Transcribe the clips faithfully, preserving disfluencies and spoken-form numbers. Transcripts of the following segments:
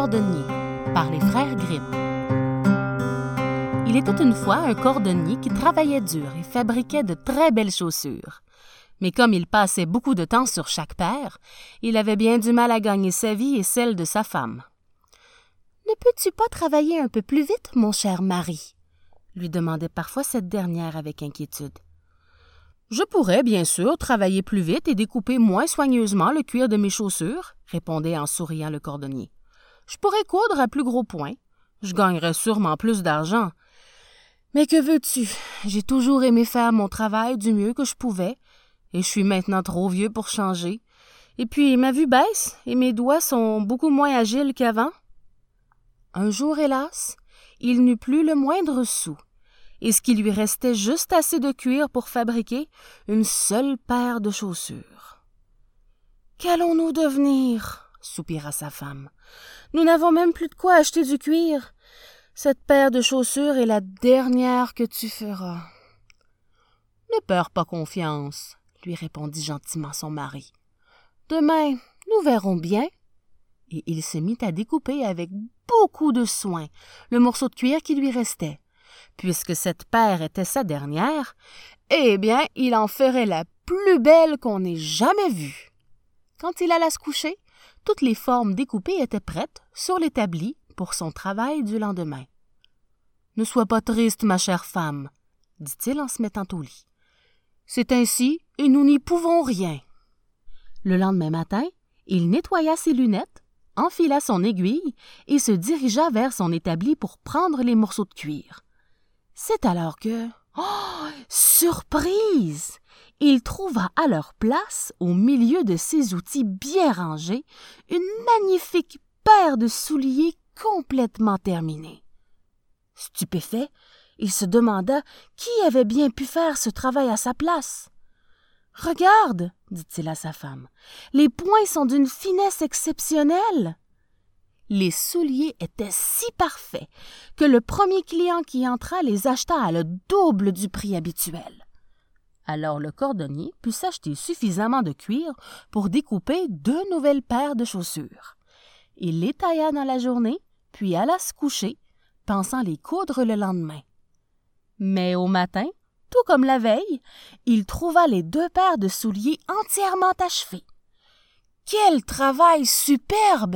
cordonnier par les frères Grimm. Il était une fois un cordonnier qui travaillait dur et fabriquait de très belles chaussures. Mais comme il passait beaucoup de temps sur chaque paire, il avait bien du mal à gagner sa vie et celle de sa femme. « Ne peux-tu pas travailler un peu plus vite, mon cher mari? » lui demandait parfois cette dernière avec inquiétude. « Je pourrais, bien sûr, travailler plus vite et découper moins soigneusement le cuir de mes chaussures, » répondait en souriant le cordonnier. « Je pourrais coudre à plus gros points. Je gagnerais sûrement plus d'argent. Mais que veux-tu? J'ai toujours aimé faire mon travail du mieux que je pouvais, et je suis maintenant trop vieux pour changer. Et puis ma vue baisse et mes doigts sont beaucoup moins agiles qu'avant. » Un jour, hélas, il n'eut plus le moindre sou, et ce qui lui restait juste assez de cuir pour fabriquer une seule paire de chaussures. « Qu'allons-nous devenir? » soupira sa femme. « Nous n'avons même plus de quoi acheter du cuir. Cette paire de chaussures est la dernière que tu feras. »« Ne perds pas confiance, » lui répondit gentiment son mari. « Demain, nous verrons bien. » Et il se mit à découper avec beaucoup de soin le morceau de cuir qui lui restait. Puisque cette paire était sa dernière, eh bien, il en ferait la plus belle qu'on ait jamais vue. Quand il alla se coucher, toutes les formes découpées étaient prêtes sur l'établi pour son travail du lendemain. « Ne sois pas triste, ma chère femme, » dit-il en se mettant au lit. « C'est ainsi et nous n'y pouvons rien. » Le lendemain matin, il nettoya ses lunettes, enfila son aiguille et se dirigea vers son établi pour prendre les morceaux de cuir. C'est alors que, oh, surprise! Il trouva à leur place, au milieu de ses outils bien rangés, une magnifique paire de souliers complètement terminés. Stupéfait, il se demanda qui avait bien pu faire ce travail à sa place. « Regarde, » dit-il à sa femme, « les points sont d'une finesse exceptionnelle. » Les souliers étaient si parfaits que le premier client qui entra les acheta à le double du prix habituel. Alors le cordonnier put s'acheter suffisamment de cuir pour découper deux nouvelles paires de chaussures. Il les tailla dans la journée, puis alla se coucher, pensant les coudre le lendemain. Mais au matin, tout comme la veille, il trouva les deux paires de souliers entièrement achevées. « Quel travail superbe !»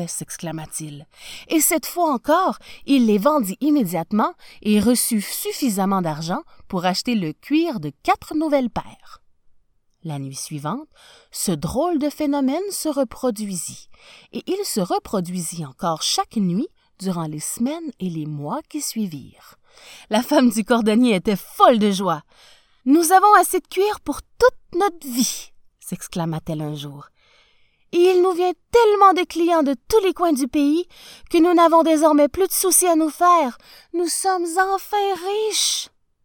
s'exclama-t-il. Et cette fois encore, il les vendit immédiatement et reçut suffisamment d'argent pour acheter le cuir de quatre nouvelles paires. La nuit suivante, ce drôle de phénomène se reproduisit, et il se reproduisit encore chaque nuit durant les semaines et les mois qui suivirent. La femme du cordonnier était folle de joie. « Nous avons assez de cuir pour toute notre vie !» s'exclama-t-elle un jour. « Et il nous vient tellement de clients de tous les coins du pays que nous n'avons désormais plus de soucis à nous faire. Nous sommes enfin riches. »«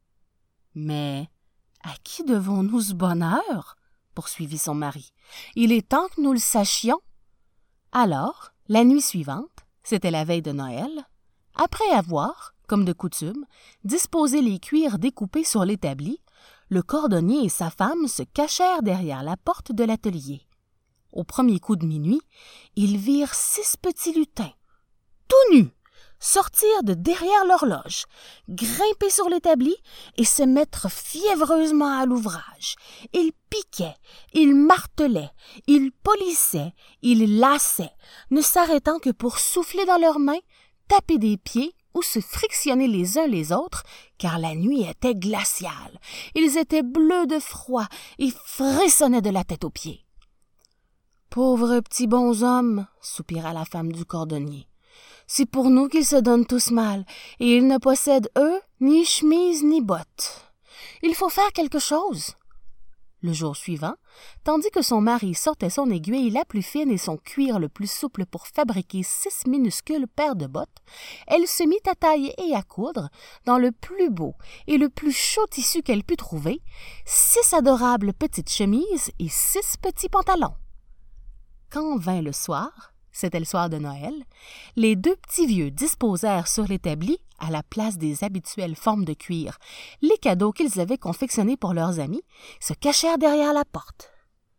Mais à qui devons-nous ce bonheur? » poursuivit son mari. « Il est temps que nous le sachions. » Alors, la nuit suivante, c'était la veille de Noël, après avoir, comme de coutume, disposé les cuirs découpés sur l'établi, le cordonnier et sa femme se cachèrent derrière la porte de l'atelier. Au premier coup de minuit, ils virent six petits lutins, tout nus, sortir de derrière l'horloge, grimper sur l'établi et se mettre fiévreusement à l'ouvrage. Ils piquaient, ils martelaient, ils polissaient, ils lassaient, ne s'arrêtant que pour souffler dans leurs mains, taper des pieds ou se frictionner les uns les autres, car la nuit était glaciale. Ils étaient bleus de froid et frissonnaient de la tête aux pieds. « Pauvres petits bonshommes, » soupira la femme du cordonnier. « C'est pour nous qu'ils se donnent tous mal, et ils ne possèdent, eux, ni chemise ni bottes. Il faut faire quelque chose. » Le jour suivant, tandis que son mari sortait son aiguille la plus fine et son cuir le plus souple pour fabriquer six minuscules paires de bottes, elle se mit à tailler et à coudre, dans le plus beau et le plus chaud tissu qu'elle put trouver, six adorables petites chemises et six petits pantalons. Quand vint le soir, c'était le soir de Noël, les deux petits vieux disposèrent sur l'établi, à la place des habituelles formes de cuir, les cadeaux qu'ils avaient confectionnés pour leurs amis, se cachèrent derrière la porte.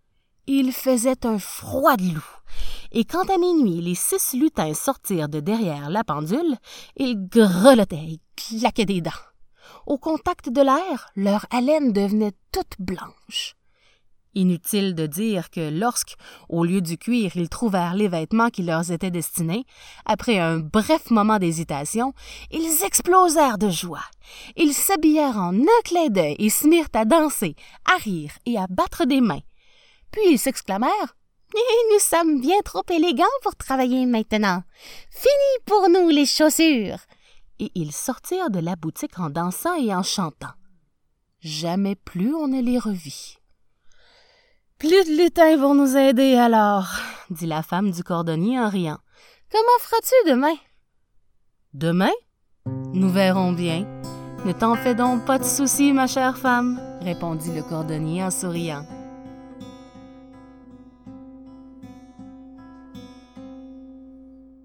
Il faisait un froid de loup, et quand à minuit les six lutins sortirent de derrière la pendule, ils grelottaient et claquaient des dents. Au contact de l'air, leur haleine devenait toute blanche. Inutile de dire que lorsque, au lieu du cuir, ils trouvèrent les vêtements qui leur étaient destinés, après un bref moment d'hésitation, ils explosèrent de joie. Ils s'habillèrent en un clin d'œil et se mirent à danser, à rire et à battre des mains. Puis ils s'exclamèrent « Nous sommes bien trop élégants pour travailler maintenant. Fini pour nous les chaussures! » Et ils sortirent de la boutique en dansant et en chantant. Jamais plus on ne les revit. « Plus de lutins vont nous aider alors, » dit la femme du cordonnier en riant. « Comment feras-tu demain? »« Demain? Nous verrons bien. Ne t'en fais donc pas de soucis, ma chère femme, » répondit le cordonnier en souriant.